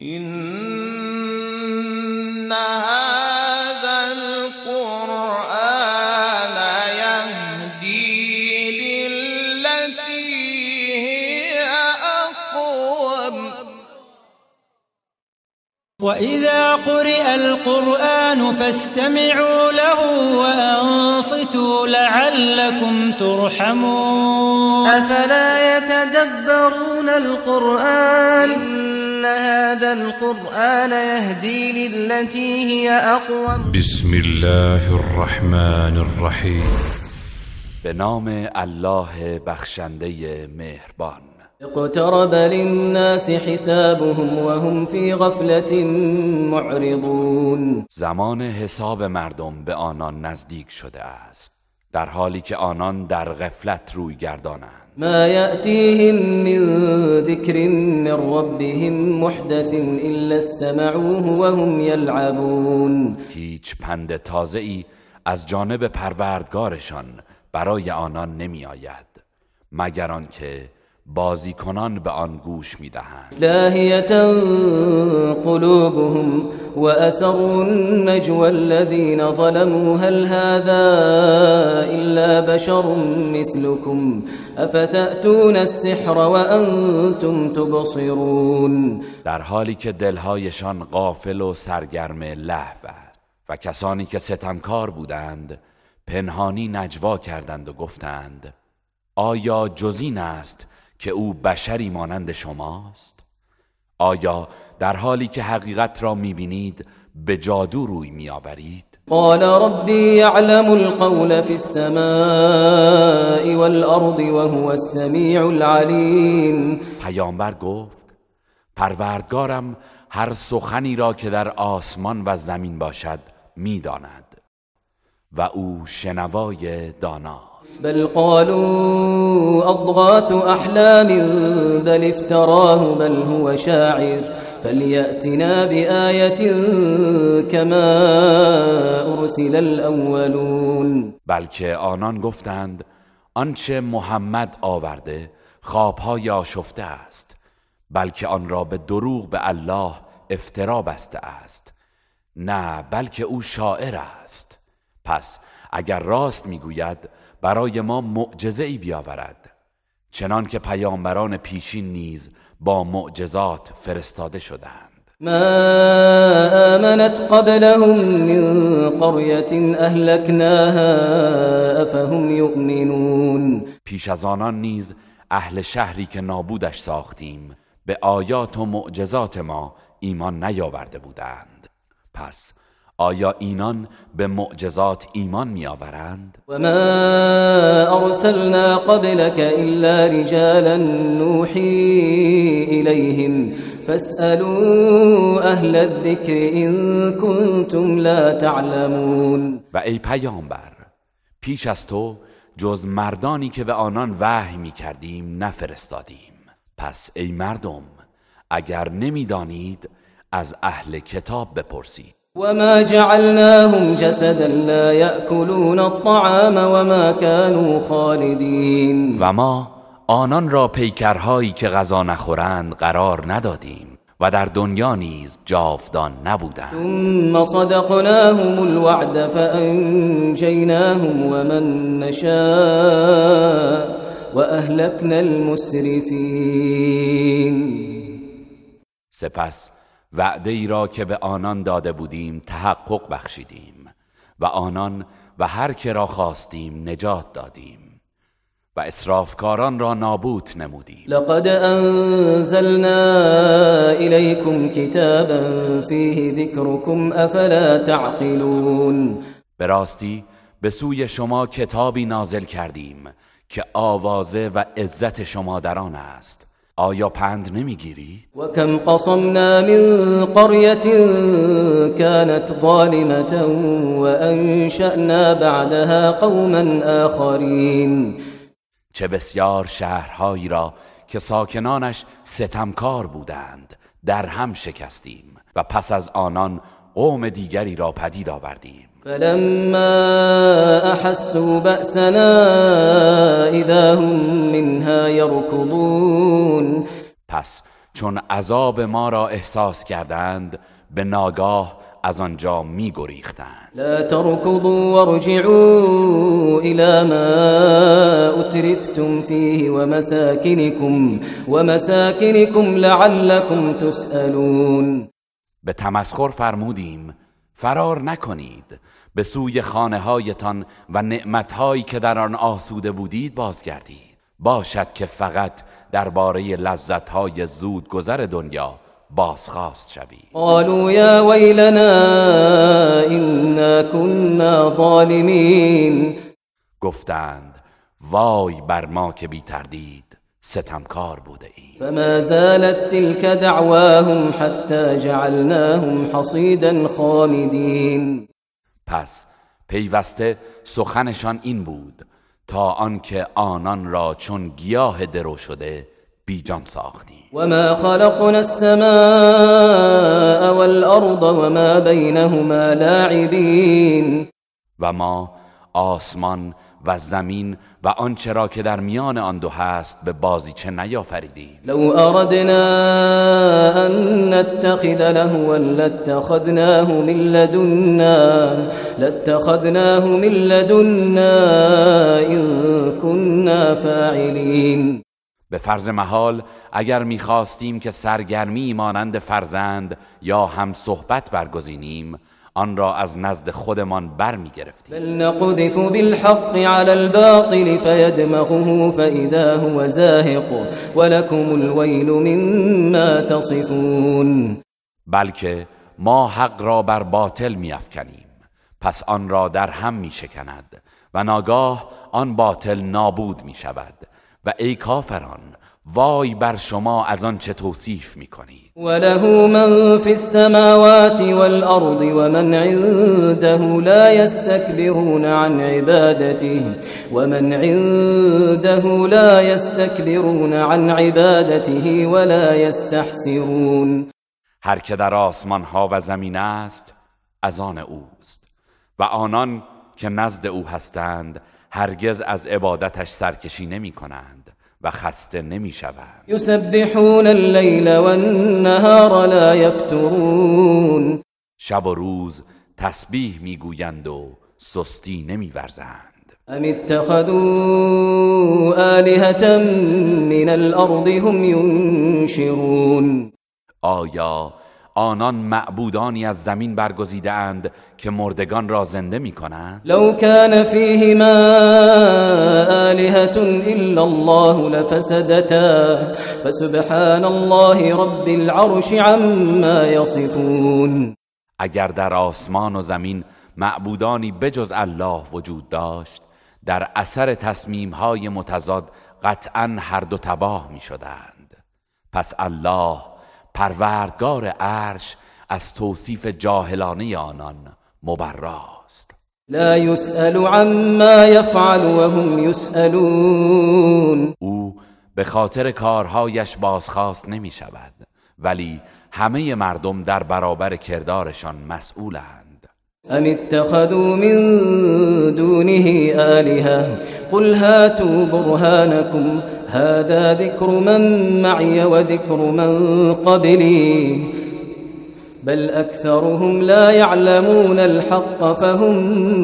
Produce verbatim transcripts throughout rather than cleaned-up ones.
إن هذا القرآن يهدي للتي هي أقوم وإذا قرئ القرآن فاستمعوا له وأنصتوا لعلكم ترحمون أفلا يتدبرون القرآن إن هذا القرآن يهدي للتي هي أقوم بسم الله الرحمن الرحیم. به نام الله بخشنده مهربان. اقترب للناس حسابهم وهم في غفلة معرضون. زمان حساب مردم به آنان نزدیک شده است، در حالی که آنان در غفلت روی گردانند. ما يأتيهم من ذكر من ربهم محدث إلا استمعوه وهم يلعبون. هیچ پند تازه‌ای از جانب پروردگارشان برای آنان نمی آید مگر آنکه بازیکنان به آن گوش میدهند. لاهیة قلوبهم وأسروا النجوى الذين ظلموا هل هذا إلا بشر مثلكم أفتأتون السحر وأنتم تبصرون. در حالی که دلهایشان غافل و سرگرم لهو است و کسانی که ستمکار بودند پنهانی نجوا کردند و گفتند آیا جز این است که او بشری مانند شماست؟ آیا در حالی که حقیقت را میبینید به جادو روی میآورید؟ قال ربي يعلم القول في السماء والأرض وهو السميع العليم. پیامبر گفت پروردگارم هر سخنی را که در آسمان و زمین باشد میداند و او شنوای داناست. بل قالوا أضغاث أحلام بل افتراه بل هو شاعر فليأتنا بآية كما أرسل الأولون. بلکه آنان گفتند آنچه محمد آورده خوابهای آشفته است، بلکه آن را به دروغ به الله افترا بسته است، نه بلکه او شاعر است. پس اگر راست میگوید برای ما معجزه‌ای بیاورد، چنان که پیامبران پیشین نیز با معجزات فرستاده شدند. ما آمنت قبلهم من قرية أهلكناها أفهم يؤمنون. پیش از آنان نیز اهل شهری که نابودش ساختیم به آیات و معجزات ما ایمان نیاورده بودند، پس آیا اینان به معجزات ایمان می آورند؟ و ما ارسلنا قبلك الا رجالا نوحی الیهم فاسألوا اهل الذکر ان کنتم لا تعلمون. و ای پیامبر پیش از تو جز مردانی که به آنان وحی می کردیم نفرستادیم، پس ای مردم اگر نمیدانید از اهل کتاب بپرسید. وما جعلناهم جسدا لا يأكلون الطعام وما كانوا خالدين. و ما آنان را پیکرهایی که غذا نخورند قرار ندادیم و در دنیا نیز جاودان نبودند. ثم صدقناهم الوعد فأنجيناهم ومن نشاء وأهلكنا المسرفين. سپس وعده ای را که به آنان داده بودیم تحقق بخشیدیم و آنان و هر که را خواستیم نجات دادیم و اسرافکاران را نابود نمودیم. لقد انزلنا الیکم کتابا فیه ذکرکم افلا تعقلون. به راستی به سوی شما کتابی نازل کردیم که آوازه و عزت شما در آن است، آیا پند نمیگیری؟ و کم قصمنا من قرية كانت ظالمة و انشأنا بعدها قوما آخرین. چه بسیار شهرهایی را که ساکنانش ستمکار بودند در هم شکستیم و پس از آنان قوم دیگری را پدید آوردیم. فلما احسوا بأسنا اذا هم منها يركضون. پس چون عذاب ما را احساس کردند به ناگاه از آنجا می گریختند. لا تركضوا وارجعوا إلى ما أترفتم فيه ومساكنكم ومساكنكم لعلكم تسألون. به تمسخر فرمودیم فرار نکنید، به سوی خانه هایتان و نعمتهایی که در آن آسوده بودید بازگردید، باشد که فقط درباره لذتهای زود گذر دنیا بازخواست شوید. قالوا یا ویلنا انا كنا ظالمین. گفتند وای بر ما که بی تردید ستمکار بوده ایم. فما زالت تلك دعواهم حتى جعلناهم حصيدا خامدين. پس پیوسته سخنشان این بود تا آنکه آنان را چون گیاه درو شده بیجان ساختیم. وما خلقنا السماء والأرض وما بينهما لاعبين. و ما آسمان و زمین و آنچه را که در میان آن دو هست به بازیچه نیافریدیم. لو اردنا ان نتخذ لهوا لاتخذناه من لدنا لاتخذناه من لدنا ان كنا فاعلين. به فرض محال اگر میخواستیم که سرگرمی مانند فرزند یا هم صحبت برگزینیم آن را از نزد خودمان بر می گرفتیم. بل نقذف بالحق على الباطل فيدمغه فإذا هو زاهق ولكم الويل مما تصفون. بلکه ما حق را بر باطل می افکنیم پس آن را در هم می شکند و ناگاه آن باطل نابود می شود و ای کافران وای بر شما از آن چه توصیف می کنید. وله من في السماوات والأرض ومن عنده لا يستكبرون عن عبادته ومن عنده لا يستكبرون عن عبادته ولا يستحسرون. هر که در آسمان ها و زمین است از آن اوست و آنان که نزد او هستند هرگز از عبادتش سرکشی نمی کنند و خسته نمی شوند. یسبحون اللیل والنهار لا یفترون. شب و روز تسبیح می گویند و سستی نمی ورزند. ام اتخذوا آلهة من الارض هم ینشرون. آیا آنان معبودانی از زمین برگزیده اند که مردگان را زنده می کنند؟ لو كان فيهما آلهة الا الله لفسدتا فسبحان الله رب العرش عما يصفون. اگر در آسمان و زمین معبودانی بجز الله وجود داشت در اثر تصمیم‌های متضاد قطعاً هر دو تباه می شدند. پس الله پروردگار عرش از توصیف جاهلانه آنان مبراست. لا يسأل عما يفعل وهم يسألون. او به خاطر کارهایش بازخواست نمی شود ولی همه مردم در برابر کردارشان مسئولند. ام اتخذوا من دونه آلهة قل هاتوا برهانكم هذا ذكر من معي وذكر من قبلي بل أكثرهم لا يعلمون الحق فهم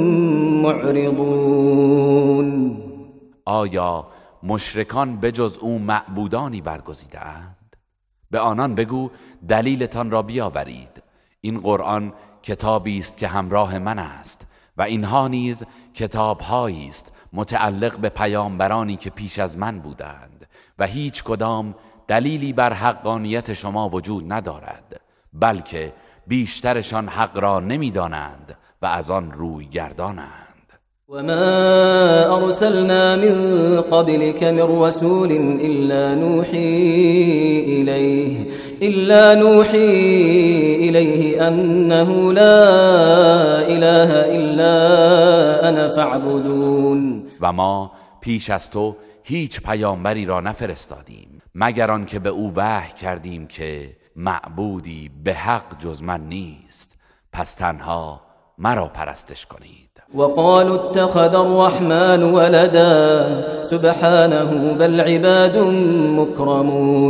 معرضون. آیا مشرکان بجز او معبودانی برگزیده اند؟ به آنان بگو دلیلتان را بیاورید. این قرآن کتابی است که همراه من است و اینها نیز کتاب‌هایی است متعلق به پیامبرانی که پیش از من بودند و هیچ کدام دلیلی بر حقانیت شما وجود ندارد بلکه بیشترشان حق را نمی‌دانند و از آن روی گردانند. وما أرسلنا من قبلك من رسول إلا نوحي إليه إلا نوحي إليه أنه لا إله إلا أنا فاعبدون. و ما پیش از تو هیچ پیامبری را نفرستادیم مگر آن که به او وحی کردیم که معبودی به حق جز من نیست پس تنها مرا پرستش کنید. وقالوا اتخذ الرحمن ولدا سبحانه بل عباد مكرمون.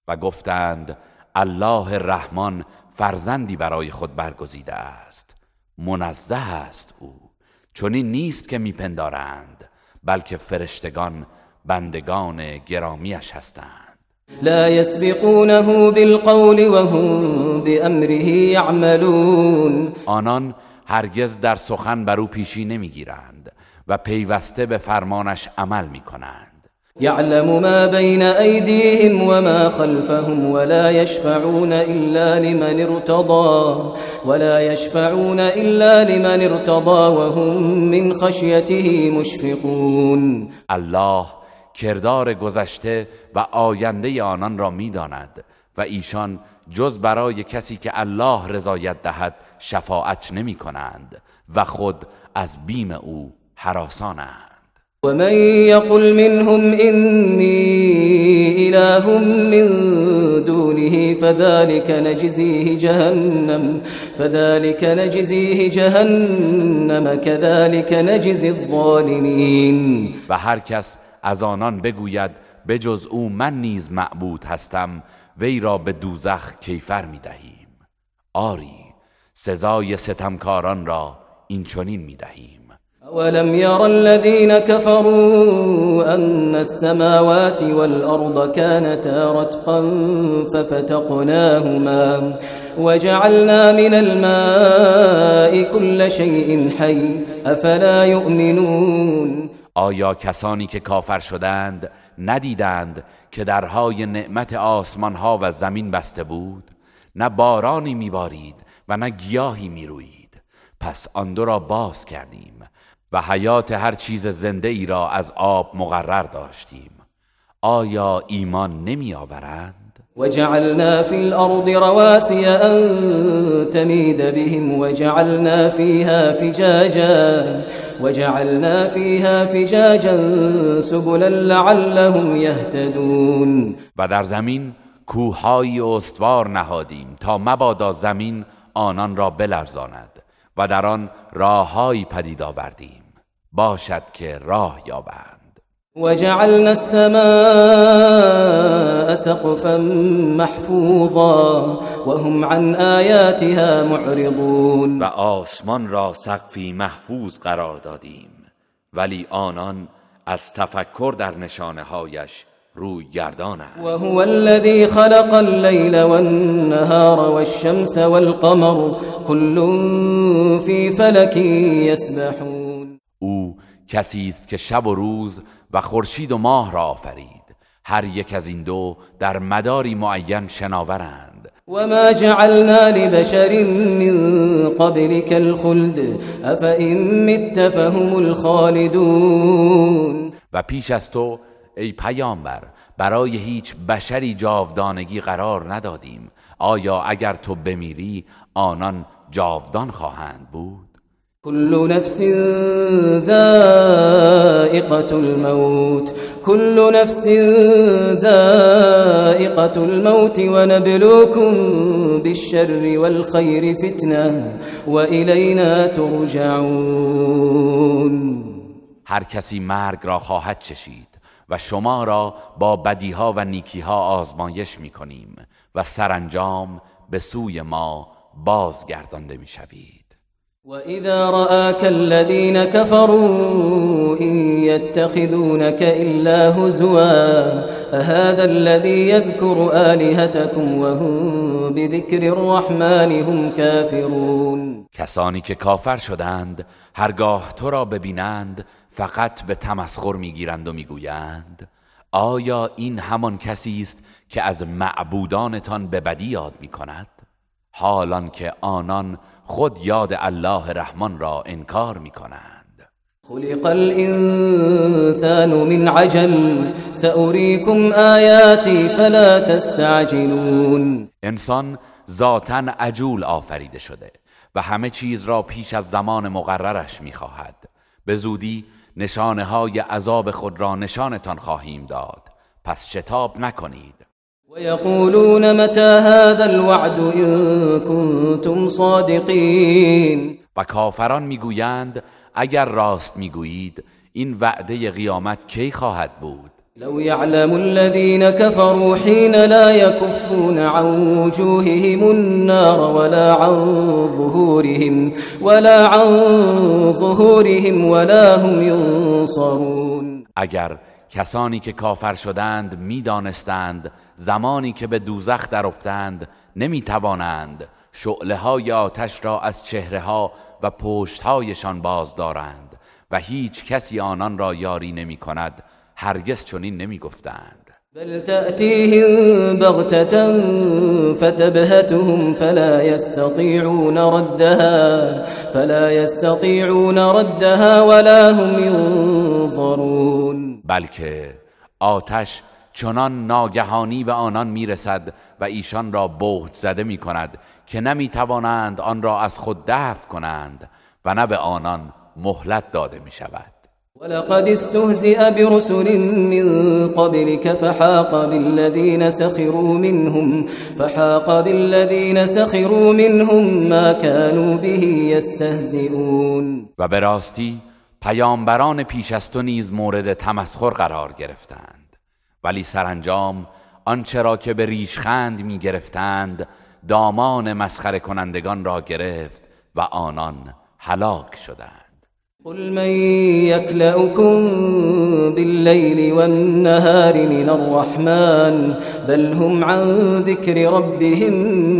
و گفتند الله رحمان فرزندی برای خود برگزیده است. منزه است او، چنین نیست که میپندارند، بلکه فرشتگان بندگان گرامیش هستند. لا يسبقونه بالقول وهم بأمره يعملون. آنان هرگز در سخن بر او پیشی نمیگیرند و پیوسته به فرمانش عمل میکنند. يعلم ما بين أيديهم وما خلفهم ولا يشفعون إلا لمن ارتضى ولا يشفعون إلا لمن ارتضى وهم من خشيته مشفقون. الله کردار گذشته و آینده آنان را میداند و ایشان جز برای کسی که الله رضایت دهد شفاعت نمی کنند و خود از بیم او هراسانند. ومن يقل منهم إني إله من دونه فذلك نجزيه جهنم فذلك نجزيه جهنم كذلك نجزي الظالمين. و هر کس از آنان بگوید بجز او من نیز معبود هستم، وی را به دوزخ کیفر می دهیم. آری سزای ستمکاران را این چنین می دهیم. أولم ير الذين كفروا أن السماوات والأرض كانتا رتقا ففتقناهما وجعلنا من الماء كل شيء حي أفلا يؤمنون. آیا کسانی که کافر شدند ندیدند که درهای نعمت آسمان ها و زمین بسته بود؟ نه بارانی میبارید و نه گیاهی میروید، پس آن دو را باز کردیم و حیات هر چیز زنده ای را از آب مقرر داشتیم. آیا ایمان نمی آورند؟ وجعلنا في الأرض رواسي أن تميد بهم وجعلنا فيها فجاجا وجعلنا فيها فجاجا سبلا لعلهم يهتدون. و در زمین کوه‌هایی استوار نهادیم تا مبادا زمین آنان را بلرزاند و در آن راههایی پدید آوردیم باشد که راه یابند. وجعلنا السماء سقفا محفوظا وهم عن آياتها معرضون. و آسمان را سقفی محفوظ قرار دادیم ولی آنان از تفکر در نشانه‌هایش روی گردانند. و هو الذی خلق الليل والنهار والشمس والقمر كل في فلك يسبحون. او کسی است که شب و روز و خورشید و ماه را آفرید، هر یک از این دو در مداری معین شناورند. وما جعلنا لبشر من قبلك الخلد افئن مت فهم الخالدون. و پیش از تو ای پیامبر برای هیچ بشری جاودانگی قرار ندادیم، آیا اگر تو بمیری آنان جاودان خواهند بود؟ كل نفس ذائقة الموت كل نفس ذائقة الموت ونبلوكم بالشر والخير فتنة وإلينا ترجعون. هر کسی مرگ را خواهد چشید و شما را با بدیها و نیکیها آزمایش می کنیم و سرانجام به سوی ما بازگردانده می شوید. وَإِذَا رَآكَ الَّذِينَ كَفَرُوا إِن يَتَّخِذُونَكَ إِلَّا هُزُوًا أَهَذَا الَّذِي يَذْكُرُ آلِهَتَكُمْ وَهُمْ بِذِكْرِ الرَّحْمَنِ هُمْ كَافِرُونَ. کسانی که کافر شدند هرگاه تو را ببینند فقط به تمسخر میگیرند و میگویند آیا این همان کسی است که از معبودانتان به بدی یاد میکند؟ حالان که آنان خود یاد الله رحمان را انکار میکنند. خلق الانسان من عجل سأريكم آیاتی فلا تستعجلون. انسان ذاتاً عجول آفریده شده و همه چیز را پیش از زمان مقررش میخواهد. به زودی نشانه های عذاب خود را نشانتان خواهیم داد، پس شتاب نکنید. ويقولون متى هذا الوعد إن كنتم صادقين. و کافران میگویند اگر راست میگویید این وعده قیامت کی خواهد بود؟ لو يعلم الذين كفروا حين لا يكفون عن وجوههم النار ولا عن ظهورهم ولا عن ظهورهم ولا هم ينصرون. اگر کسانی که کافر شدند میدانستند زمانی که به دوزخ در افتند نمی توانند شعله های آتش را از چهره ها و پشت هایشان باز دارند و هیچ کسی آنان را یاری نمی کند، هرگز چنین نمی گفتند. بل تأتيهم بغتة فتبهتهم فلا يستطيعون ردها فلا يستطيعون ردها ولا هم ينظرون. بلکه آتش چنان ناگهانی به آنان میرسد و ایشان را بهت زده می کند که نمی توانند آن را از خود دفع کنند و نه به آنان مهلت داده می شود. ولقد استهزئ برسل من قبلك فحاق بالذين سخروا منهم فحاق بالذين سخروا منهم ما كانوا به يستهزئون. و به راستی پیامبران پیش از تو نیز مورد تمسخر قرار گرفتند، ولی سرانجام آنچه را که به ریشخند می گرفتند دامان مسخره کنندگان را گرفت و آنان هلاک شدند. قل من يكلؤكم بالليل والنهار من الرحمن بل هم عن ذكر ربهم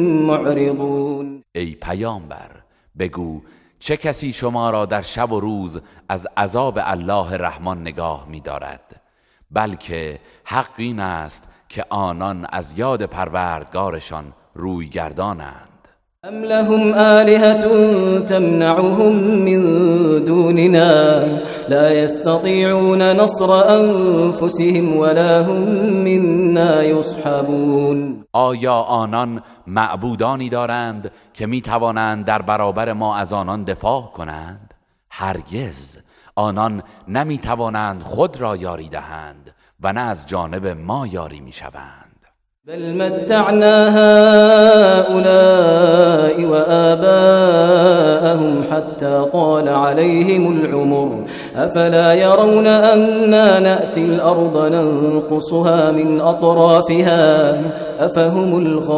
معرضون. ای پیامبر بگو چه کسی شما را در شب و روز از عذاب الله رحمان نگاه می دارد؟ بلکه حق این است که آنان از یاد پروردگارشان روی گردانند. ام لهم آلهة تمنعهم من دوننا لا يستطيعون نصر انفسهم ولا هم منا يصحبون. آیا آنان معبودانی دارند که می توانند در برابر ما از آنان دفاع کنند؟ هرگز آنان نمی توانند خود را یاری دهند و نه از جانب ما یاری می شوند. بل متعنا هؤلاء وآباءهم حتى طال عليهم العمر أفلا يرون أنا نأتي الأرض ننقصها من أطرافها أفهم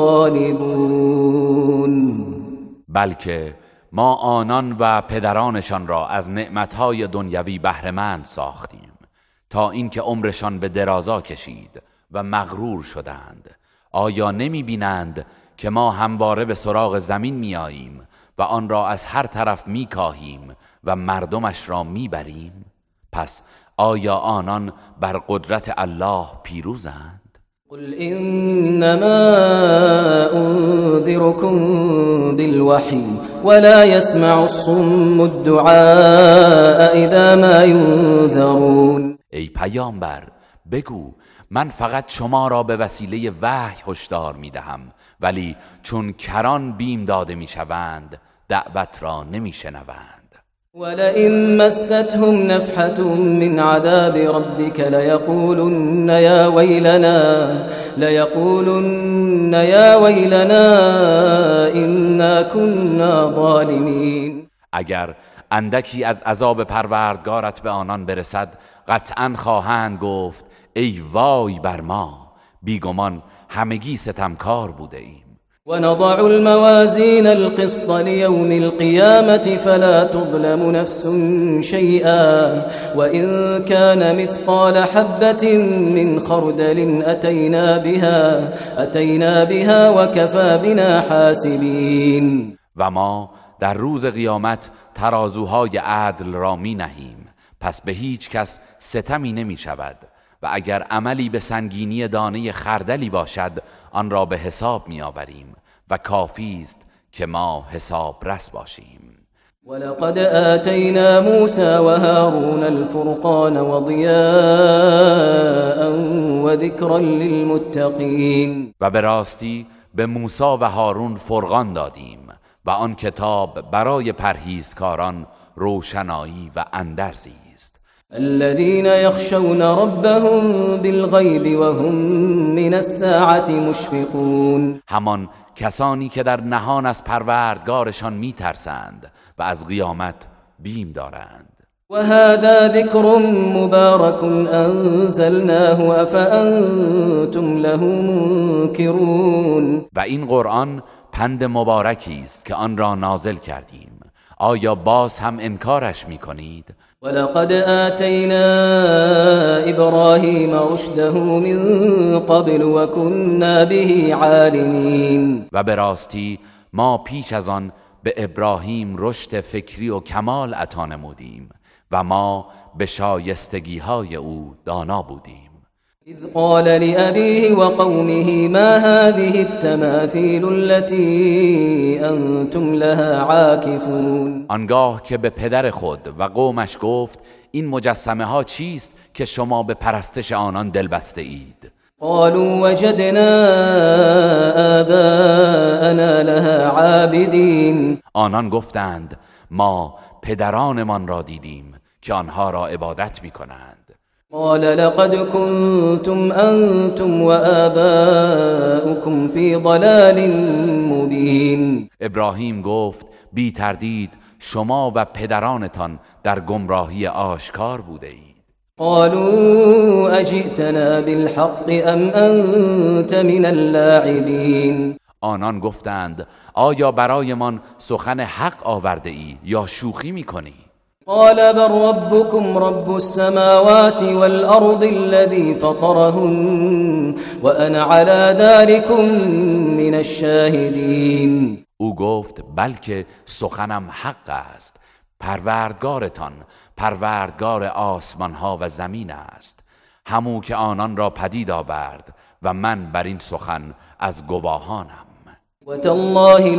الغالبون. بلکه ما آنان و پدرانشان را از نعمتهای دنیوی بهره‌مند ساختیم تا اینکه عمرشان به درازا کشید و مغرور شدند. آیا نمی بینند که ما همواره به سراغ زمین می آییم و آن را از هر طرف می کاهیم و مردمش را می بریم؟ پس آیا آنان بر قدرت الله پیروزند؟ قل انما انذركم بالوحي ولا يسمع الصم الدعاء اذا ما ينذرون. ای پیامبر بگو من فقط شما را به وسیله وحی هشدار می دهم، ولی چون کران بیم داده می شوند دعوت را نمی شنوند. ولئن مستهم نفحة من عذاب ربك ليقولن يا ويلنا ليقولن يا ويلنا إنا كنا ظالمين. اگر اندکی از عذاب پروردگارت به آنان برسد قطعا خواهند گفت ای وای بر ما، بیگمان همگی ستمکار بوده ایم. ونضع الموازين القسط ليوم القيامة فلا تظلم نفس شيئا وإن كان مثقال حبة من خردل أتينا بها أتينا بها وكفى بنا حاسبين. و ما در روز قیامت ترازوهای عدل را می نهیم، پس به هیچ کس ستمی نمی شود و اگر عملی به سنگینی دانه خردلی باشد آن را به حساب می آوریم و کافی است که ما حساب رس باشیم. ولقد آتینا موسى وهارون الفرقان وضیاء وذكرا للمتقین. و به راستی به موسی و هارون فرقان دادیم و آن کتاب برای پرهیزکاران روشنایی و اندرزی است. الذين يخشون ربهم بالغيب وهم من الساعة مشفقون. همان کسانی که در نهان از پروردگارشان میترسند و از قیامت بیم دارند. وهذا ذكر مبارك انزلناه افانتم له منکرون. و این قرآن پند مبارکی است که آن را نازل کردیم، آیا باز هم انکارش می‌کنید؟ ولقد آتینا ابراهیم رشده من قبل وكنا به عالمین. و به راستی ما پیش از آن به ابراهیم رشد فکری و کمال عطا نمودیم و ما به شایستگی های او دانا بودیم. اذ قال لأبيه وقومه ما هذه التماثيل التي انتم لها عاكفون. آنگاه که به پدر خود و قومش گفت این مجسمه ها چیست که شما به پرستش آنان دلبسته اید؟ قالوا وجدنا آباءنا لها عابدين. آنان گفتند ما پدرانمان را دیدیم که آنها را عبادت می کنند. قال لقد كنتم انتم وآباؤكم في ضلال مبين. ابراهیم گفت بی تردید شما و پدرانتان در گمراهی آشکار بوده اید. قالوا اجئتنا بالحق ام انت من اللاعبین. آنان گفتند آیا برایمان سخن حق آورده ای یا شوخی می کنی؟ قال بل ربكم رب السماوات والأرض الذي فطرهن وأنا على ذلك من الشاهدين. او گفت بلکه سخنم حق است، پروردگارتان پروردگار آسمان ها و زمین است، همو که آنان را پدید آورد و من بر این سخن از گواهانم. وتالله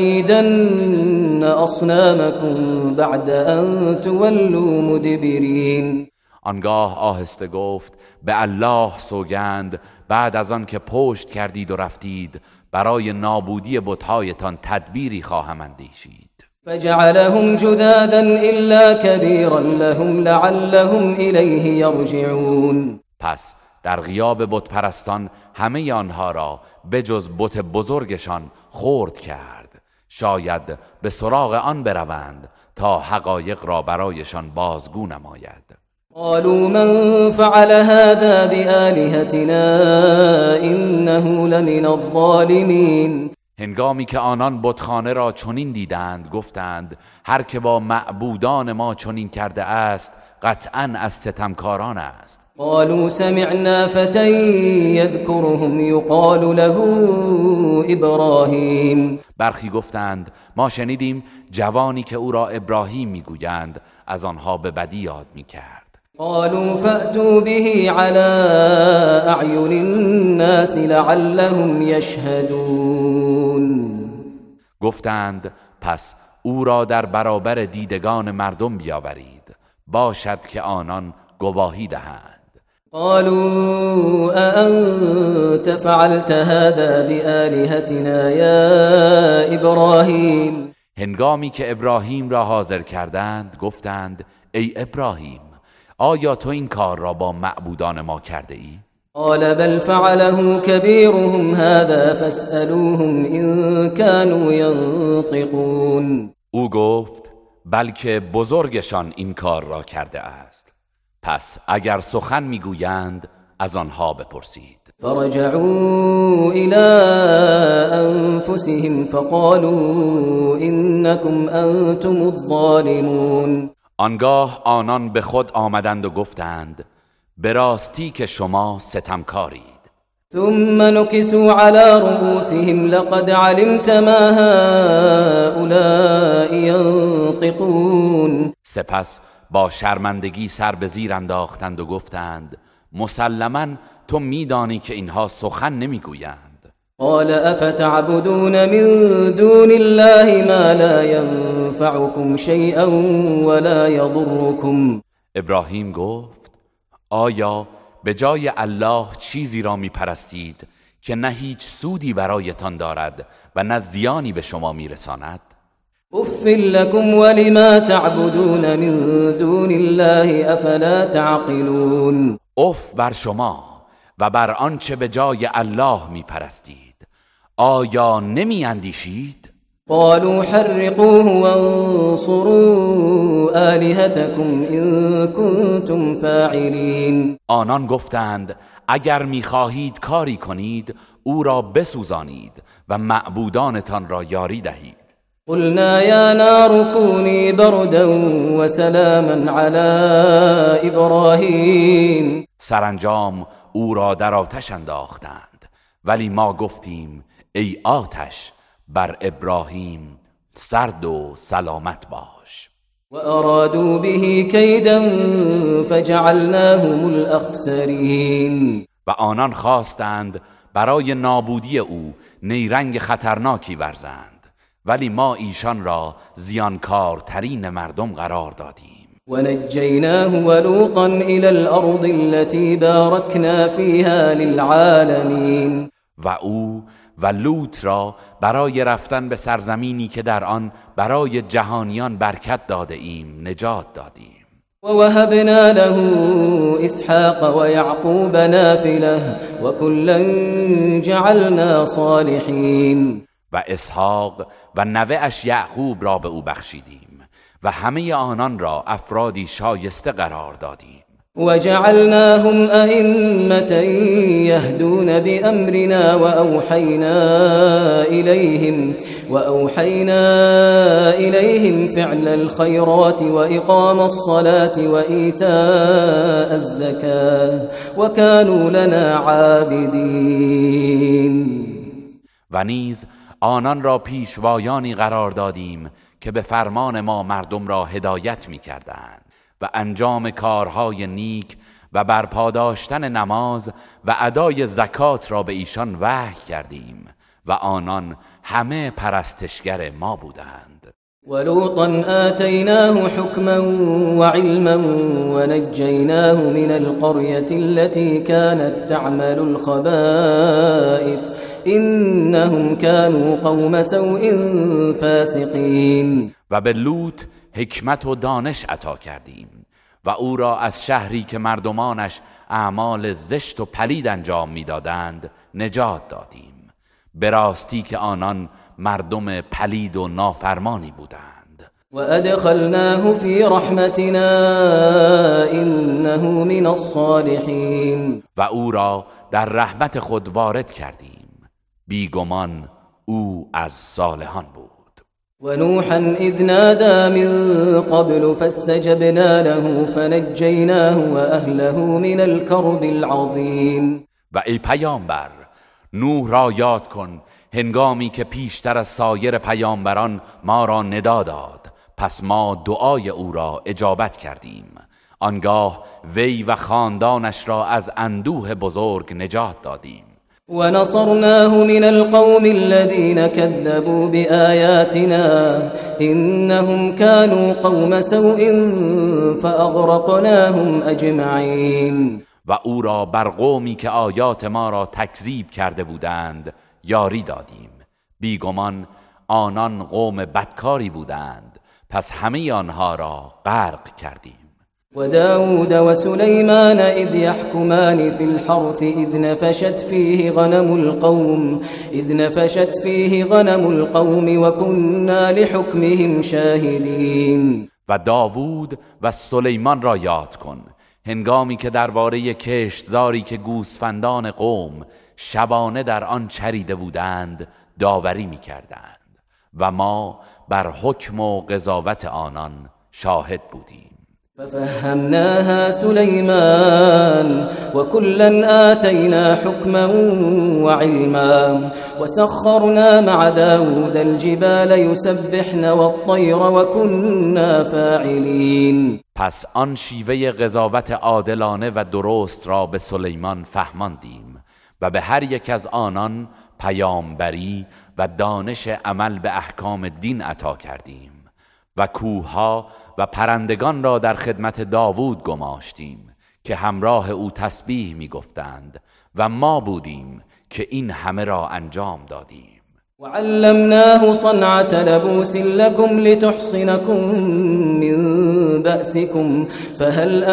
لأكيدن أصنامكم بعد أن تولوا مدبرين. آنگاه آهسته گفت به الله سوگند بعد از آن که پشت کردید و رفتید برای نابودی بت‌هایتان تدبیری خواهم اندیشید. فجعلهم جذاذا إلا كبيرا لهم لعلهم إليه يرجعون. پس در غیاب بت پرستان همه آنها را بجز بت بزرگشان خرد کرد، شاید به سراغ آن بروند تا حقایق را برایشان بازگو نماید. قالوا من فعل هذا بآلهتنا إنه لمن الظالمين. هنگامی که آنان بتخانه را چنین دیدند گفتند هر که با معبودان ما چنین کرده است قطعا از ستمکاران است. قالوا سمعنا فتى يذكرهم يقال له ابراهیم. برخی گفتند ما شنیدیم جوانی که او را ابراهیم میگویند از آنها به بدی یاد میکرد. قالوا فأتوا به على اعین الناس لعلهم یشهدون. گفتند پس او را در برابر دیدگان مردم بیاورید، باشد که آنان گواهی دهند. قالوا أأنت فعلت هذا بآلهتنا يا ابراهیم. هنگامی که ابراهیم را حاضر کردند گفتند ای ابراهیم آیا تو این کار را با معبودان ما کرده ای؟ قال بل فعله كبيرهم هذا فاسألوهم إن كانوا ينطقون. او گفت بلکه بزرگشان این کار را کرده است، پس اگر سخن میگویند از آنها بپرسید. فرجعوا إلى أنفسهم فقالوا إنكم أنتم الظالمون. آنگاه آنان به خود آمدند و گفتند به راستی که شما ستمکارید. ثم نكسوا على رؤوسهم لقد علمت ما هؤلاء ينطقون. سپس با شرمندگی سر به زیر انداختند و گفتند مسلماً تو میدانی که اینها سخن نمیگویند. قال افتعبدون من دون الله ما لا ينفعكم شيئا ولا يضركم. ابراهیم گفت آیا به جای الله چیزی را میپرستید که نه هیچ سودی برایتان دارد و نه زیانی به شما میرساند؟ اف لكم ولما تعبدون من دون الله افلا تعقلون. اف بر شما و بر آنچه به جای الله میپرستید، آیا نمی اندیشید؟ قالوا حرقوه وانصروا آلهتكم إن كنتم فاعلين. آنان گفتند اگر میخواهید کاری کنید او را بسوزانید و معبودانتان را یاری دهید. قلنا یا نار کونی بردا و سلاما علی ابراهیم. سرانجام او را در آتش انداختند، ولی ما گفتیم ای آتش بر ابراهیم سرد و سلامت باش. و ارادوا به کیدا فجعلناهم الاخسرین. و آنان خواستند برای نابودی او نیرنگ خطرناکی ورزند، ولی ما ایشان را زیانکارترین مردم قرار دادیم. و نجیناه و لوطا الى الارض التي بارکنا فیها للعالمین. و او و لوط را برای رفتن به سرزمینی که در آن برای جهانیان برکت داده ایم نجات دادیم. و وهبنا له اسحاق و یعقوب نافله و کلا جعلنا صالحین. و اسحاق و نوه اش یعقوب را به او بخشیدیم و همه آنان را افرادی شایسته قرار دادیم. وجعلناهم أئمة يهدون بأمرنا وأوحينا إليهم وأوحينا إليهم فعل الخيرات وإقام الصلاة وإيتاء الزكاة وكانوا لنا عابدين. و نیز آنان را پیشوایانی قرار دادیم که به فرمان ما مردم را هدایت می کردند و انجام کارهای نیک و برپا داشتن نماز و ادای زکات را به ایشان وحی کردیم و آنان همه پرستشگر ما بودند. ولوطا آتیناه حکما وعلما ونجیناه من القرية التي كانت تعمل الخبائث إنهم كانوا قوم سوء فاسقین. و به لوط حکمت و دانش عطا کردیم و او را از شهری که مردمانش اعمال زشت و پلید انجام میدادند نجات دادیم، به راستی که آنان مردم پلید و نافرمانی بودند. و ادخلناه فی رحمتنا انه من الصالحین. و او را در رحمت خود وارد کردیم، بیگمان او از صالحان بود. ونوحا اذ نادى من قبل فاستجبنا له فنجيناه وأهله من الكرب العظيم. و ای پیامبر، نوح را یاد کن هنگامی که پیشتر از سایر پیامبران ما را ندا داد، پس ما دعای او را اجابت کردیم. آنگاه وی و خاندانش را از اندوه بزرگ نجات دادیم. ونصرناه من القوم الذين كذبوا بآياتنا إنهم كانوا قوم سوء فأغرقناهم أجمعين. و او را بر قومی که آیات ما را تکذیب کرده بودند یاری دادیم، بیگمان آنان قوم بدکاری بودند، پس همه آنها را غرق کردیم. و داود و سلیمان اذ يحكمان في الحرث اذ نفشت فيه غنم القوم اذ نفشت فيه غنم القوم وكنا لحكمهم شاهدين. و داوود و سلیمان را یاد کن هنگامی که درباره کشتزاری که گوسفندان قوم شبانه در آن چریده بودند داوری می‌کردند و ما بر حکم و قضاوت آنان شاهد بودیم. ففهمناها سليمان وكلا آتينا حكما وعلما وسخرنا مع داود الجبال يسبحن والطير وكنا فاعلين. پس آن شیوه قضاوت عادلانه و درست را به سلیمان فهماندیم و به هر یک از آنان پیامبری و دانش عمل به احکام دین عطا کردیم و کوهها و پرندگان را در خدمت داوود گماشتیم که همراه او تسبیح می گفتند و ما بودیم که این همه را انجام دادیم. وعلمناه صنعة لبوس لكم لتحصنكم من بأسكم فهل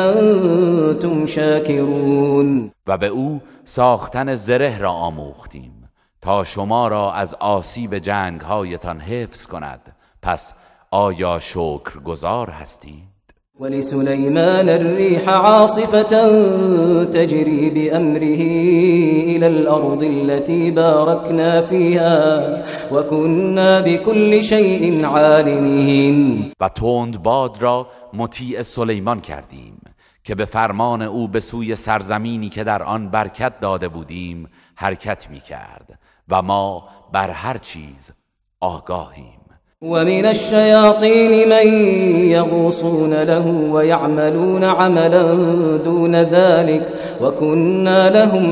أنتم شاكرون. و به او ساختن زره را آموختیم تا شما را از آسیب جنگهایتان حفظ کند. پس آیا شکرگزار هستید؟ ولسليمان الريح عاصفة تجري بأمره إلى الأرض التي باركنا فيها وكنا بكل شيء عالمين. و تند باد را مطیع سلیمان کردیم که به فرمان او به سوی سرزمینی که در آن برکت داده بودیم حرکت می کرد و ما بر هر چیز آگاهیم. ومن الشياطين من يغوصون له ويعملون عملا دون ذلك وكنا لهم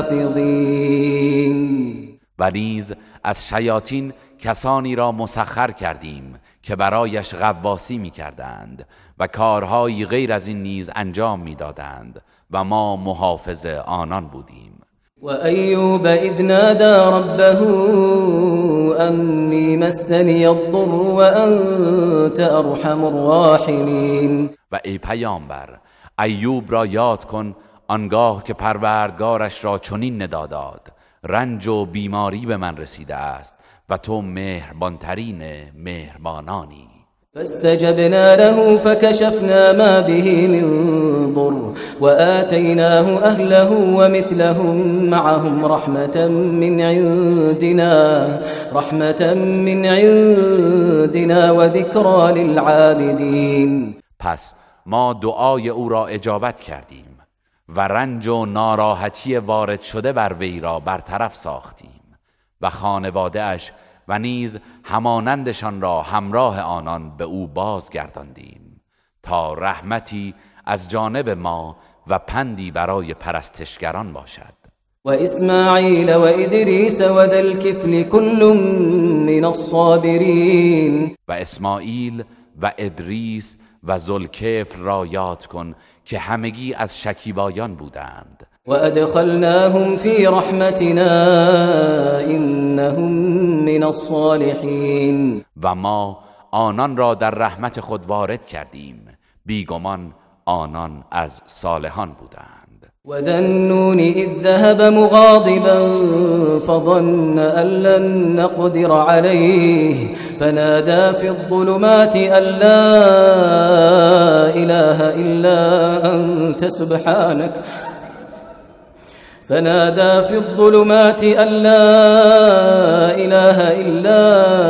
حافظين. و نیز از شیاطین کسانی را مسخر کردیم که برایش غواصی می کردند و کارهایی غیر از این نیز انجام می دادند و ما محافظ آنان بودیم. وأيوب إذ نادى ربه أني مسني الضر وأنت أرحم الراحمين. و ای پیامبر، ایوب را یاد کن آنگاه که پروردگارش را چنین ندا داد: رنج و بیماری به من رسیده است و تو مهربانترین مهربانانی. فاستجبنا له فكشفنا ما به من ضر وآتيناه أهله ومثلهم معهم رحمة من عندنا رحمة من عندنا وذكرى للعابدين. پس ما دعای او را اجابت کردیم و رنج و ناراحتی وارد شده بر وی را برطرف ساختیم و خانواده اش و نیز همانندشان را همراه آنان به او بازگرداندیم تا رحمتی از جانب ما و پندی برای پرستشگران باشد. و اسماعیل و ادریس و ذا الکفل کل من الصابرین. و اسماعیل و ادریس و ذوالکفل را یاد کن که همگی از شکیبایان بودند. و ادخلناهم فی رحمتنا انهم من الصالحین. و ما آنان را در رحمت خود وارد کردیم، بیگمان آنان از صالحان بودند. و ذا النون اذ ذهب مغاضبا فظن ان لن نقدر عليه فنادى في الظلمات ان لا اله الا انت سبحانك فنادى في الظلمات أن لا إله إلا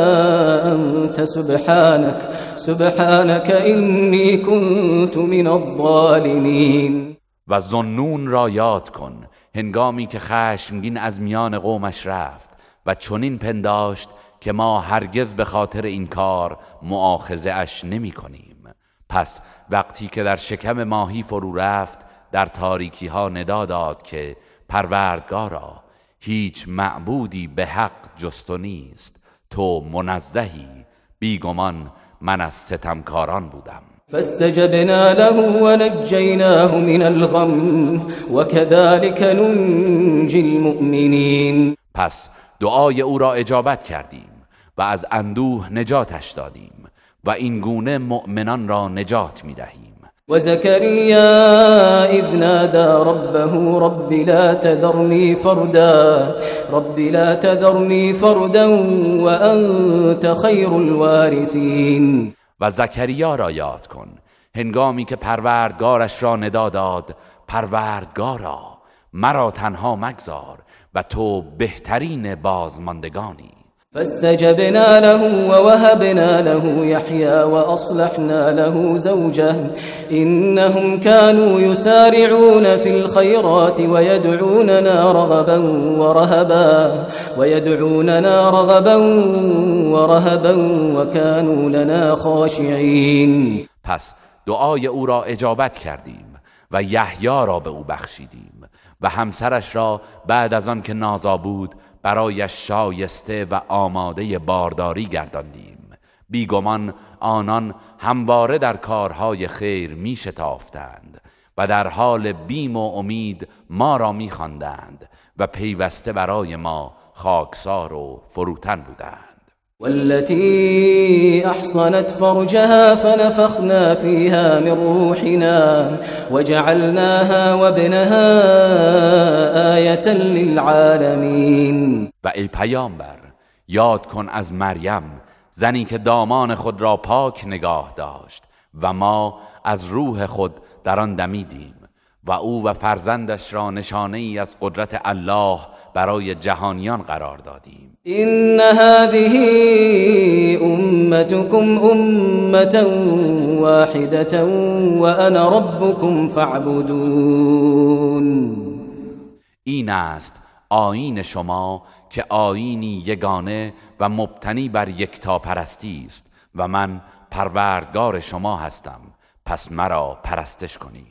أنت سبحانك سبحانك إني كنت من الظالمين. و ذوالنون را یاد کن هنگامی که خشمگین از میان قومش رفت و چنین پنداشت که ما هرگز به خاطر این کار مؤاخذه اش نمی کنیم. پس وقتی که در شکم ماهی فرو رفت در تاریکی ها ندا داد که پروردگارا، هیچ معبودی به حق جز تو نیست، تو منزهی، بیگمان من از ستمکاران بودم. فاستجبنا له ونجيناه من الغم وكذلك ننجي المؤمنين. پس دعای او را اجابت کردیم و از اندوه نجاتش دادیم و این گونه مؤمنان را نجات می‌دهیم. وزكريا إذ نادى ربه رب لا تذرني فردا رب لا تذرني فردا وأنت خير الوارثين. و زکریا را یاد کن هنگامی که پروردگارش را ندا داد: پروردگارا، مرا تنها مگذار و تو بهترین بازماندگانی. فاستجبنا له ووهبنا له يحيى وأصلحنا له زوجه إنهم كانوا يسارعون في الخيرات ويدعوننا رغبا ورهبا ويدعوننا رغبا ورهبا وكانوا لنا خاشعين. پس دعای او را اجابت کردیم و یحیی را به او بخشیدیم و همسرش را بعد از آن که نازا بود برایش شایسته و آماده بارداری گرداندیم. بیگمان آنان همواره در کارهای خیر می شتافتند و در حال بیم و امید ما را می خواندند و پیوسته برای ما خاکسار و فروتن بودند. والتي أحصنت فرجها فنفخنا فيها من روحنا وجعلناها وابنها آية للعالمين. و ای پیامبر یاد کن از مریم زنی که دامان خود را پاک نگاه داشت و ما از روح خود در آن دمیدیم و او و فرزندش را نشانه ای از قدرت الله برای جهانیان قرار دادیم. این هذه امتكم امة واحدة وانا ربكم فاعبدون. این است آیین شما که آیینی یگانه و مبتنی بر یکتاپرستی است و من پروردگار شما هستم، پس مرا پرستش کنید.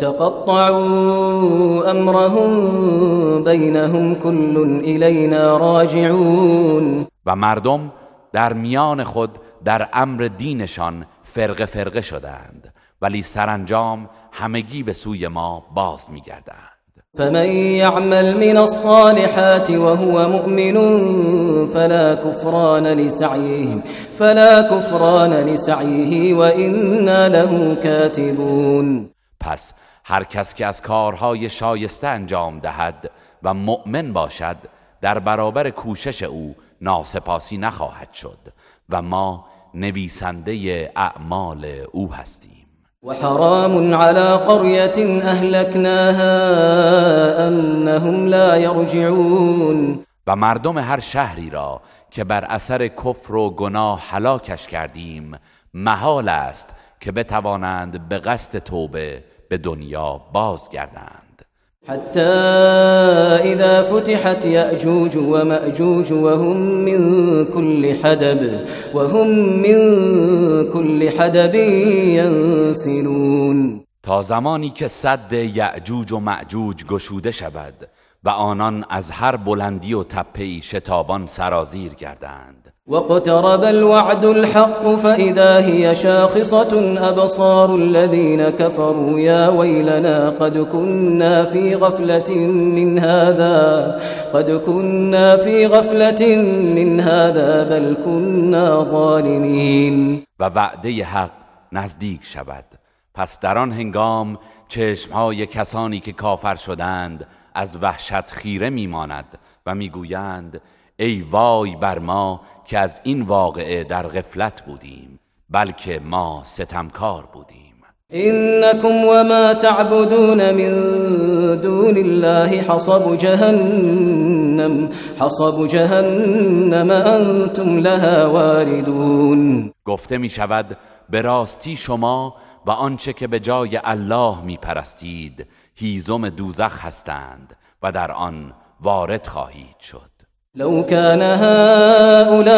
وتقطعوا امرهم بینهم كل الینا راجعون. و مردم در میان خود در امر دینشان فرقه فرقه شدند، ولی سرانجام همگی به سوی ما باز می‌گردند. فمن يعمل من الصالحات وهو مؤمن فلا كفران لسعيه فلا كفران لسعيه وإنا له كاتبون. پس هر کس که از کارهای شایسته انجام دهد و مؤمن باشد در برابر کوشش او ناسپاسی نخواهد شد و ما نویسنده اعمال او هستیم. وحرام على قرية أهلكناها أنهم لا يرجعون. و مردم هر شهری را که بر اثر کفر و گناه هلاکش کردیم محال است که بتوانند به قصد توبه به دنیا بازگردند. حتى إذا فتحت يأجوج ومأجوج وهم من كل حدب وهم من كل حدب ينسلون. تا زمانی که سد یأجوج و مأجوج گشوده شود و آنان از هر بلندی و تپه‌ای شتابان سرازیر گردند. واقترب الوعد الحق فإذا هي شاخصة أبصار الذين كفروا يا ويلنا قد كنا في غفلة من هذا قد كنا في غفلة من هذا بل كنا ظالمين. و وعده حق نزدیک شود، پس در آن هنگام چشمهای کسانی که کافر شدند از وحشت خیره میماند و میگویند ای وای بر ما که از این واقعه در غفلت بودیم، بلکه ما ستمکار بودیم. إنكم وما تعبدون من دون الله حصب جهنم حصب جهنم أنتم لها واردون. گفته می شود به راستی شما و آنچه که به جای الله می پرستید هیزم دوزخ هستند و در آن وارد خواهید شد. لو كان هؤلاء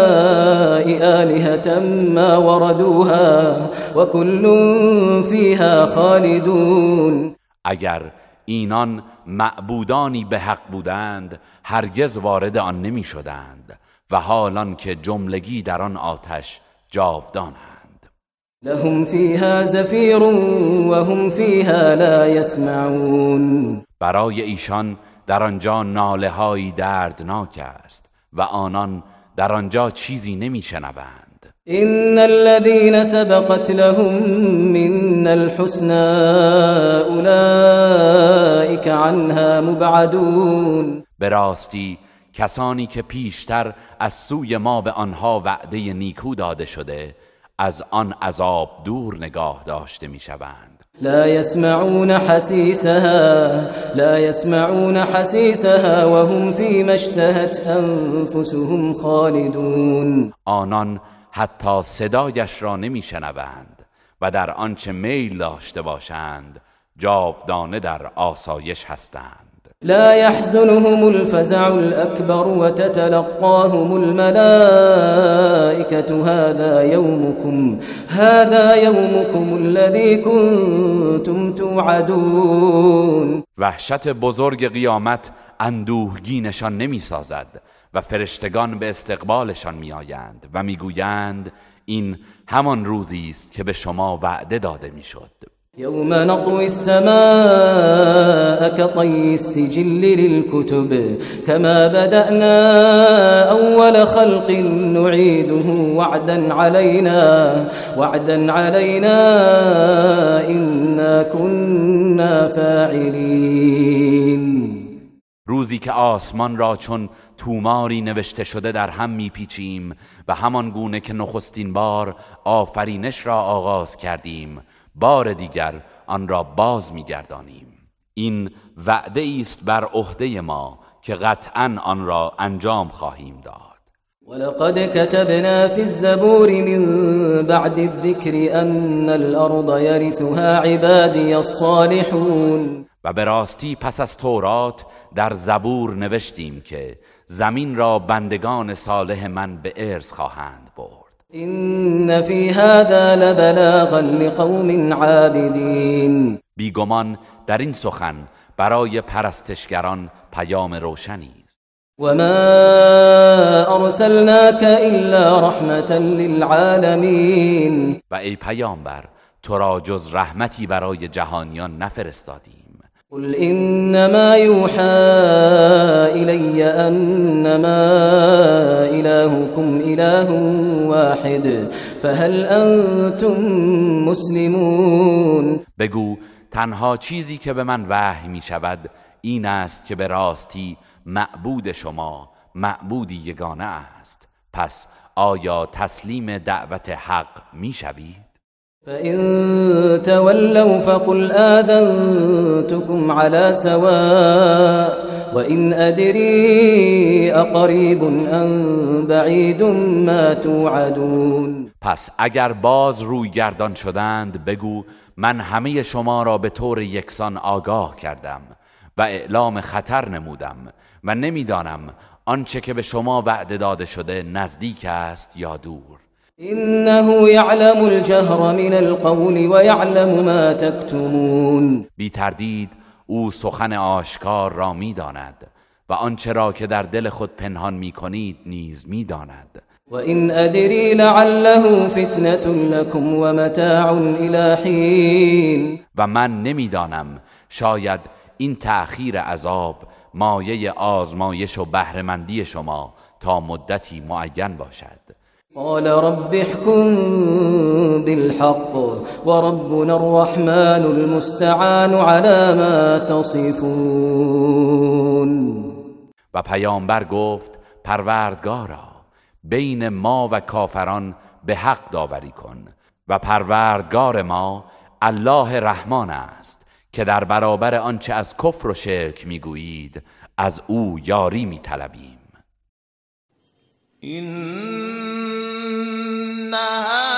آلهة ما وردوها وكل فيها خالدون. اگر اینان معبودانی به حق بودند هرگز وارد آن نمی شدند و حالان که جملگی در آن آتش جاودانند. لهم فيها زفیر وهم فيها لا يسمعون. برای ایشان در آنجا ناله هایی دردناک است و آنان در آنجا چیزی نمیشنوند. ان الذين سبقت لهم من الحسنى اولئك عنها مبعدون. به راستی کسانی که پیشتر از سوی ما به آنها وعده نیکو داده شده از آن عذاب دور نگاه داشته میشوند. لا يسمعون حسيسها لا يسمعون حسيسها وهم فيما اشتهت انفسهم خالدون. آنان حتی صدایش را نمیشنوند و در آنچه میل داشته باشند جاودانه در آسایش هستند. لا يحزنهم الفزع الأكبر وتتلقاهم الملائكة هذا يومكم هذا يومكم الذي كنتم توعدون. وحشت بزرگ قیامت اندوهگینشان نمی سازد و فرشتگان به استقبالشان می آیند و می گویند این همان روزی است که به شما وعده داده می شد. يوم نطوي السماء كطي السجل للكتب كما بدأنا أول خلق نعيده وعدا علينا وعدا علينا إنا كنا فاعلين. روزی که آسمان را چون توماری نوشته شده در هم میپیچیم و همان گونه که نخستین بار آفرینش را آغاز کردیم بار دیگر آن را باز میگردانیم. این وعده است بر عهده ما که قطعاً آن را انجام خواهیم داد. ولقد كتبنا في الزبور من بعد الذكر أن الأرض يرثها عبادي الصالحون. و به راستی پس از تورات در زبور نوشتیم که زمین را بندگان صالح من به ارث خواهند برد. إن في هذا لبلاغا لقوم عابدين. بیگمان در این سخن برای پرستشگران پیام روشنی است. وما أرسلناك إلا رحمة للعالمين. و ای پیامبر تو را جز رحمتی برای جهانیان نفرستادیم. قل إنما يوحى إلي أنما إلهكم إله واحد فهل أنتم مسلمون. بگو تنها چیزی که به من وحی می شود این است که به راستی معبود شما معبودی یگانه است، پس آیا تسلیم دعوت حق می شوید؟ فإن تولوا فقل آذنتكم على سواء وإن أدري أقريب أم بعيد ما توعدون. پس اگر باز روی گردان شدند بگو من همه شما را به طور یکسان آگاه کردم و اعلام خطر نمودم و نمیدانم آنچه که به شما وعده داده شده نزدیک است یا دور. إنه يعلم الجهر من القول ويعلم ما تكتمون. بی تردید او سخن آشکار را میداند و آنچه را که در دل خود پنهان میکنید نیز میداند. وإن أدري لعله فتنة لكم ومتاع إلى حين. و من نمیدانم شاید این تأخیر عذاب مایه آزمایش و بهره‌مندی شما تا مدتی معین باشد. قال رب احكم بالحق وربنا الرحمن المستعان على ما تصفون. و پیامبر گفت پروردگارا بین ما و کافران به حق داوری کن و پروردگار ما الله رحمان است که در برابر آنچه از کفر و شرک میگویید از او یاری میطلبیم. إن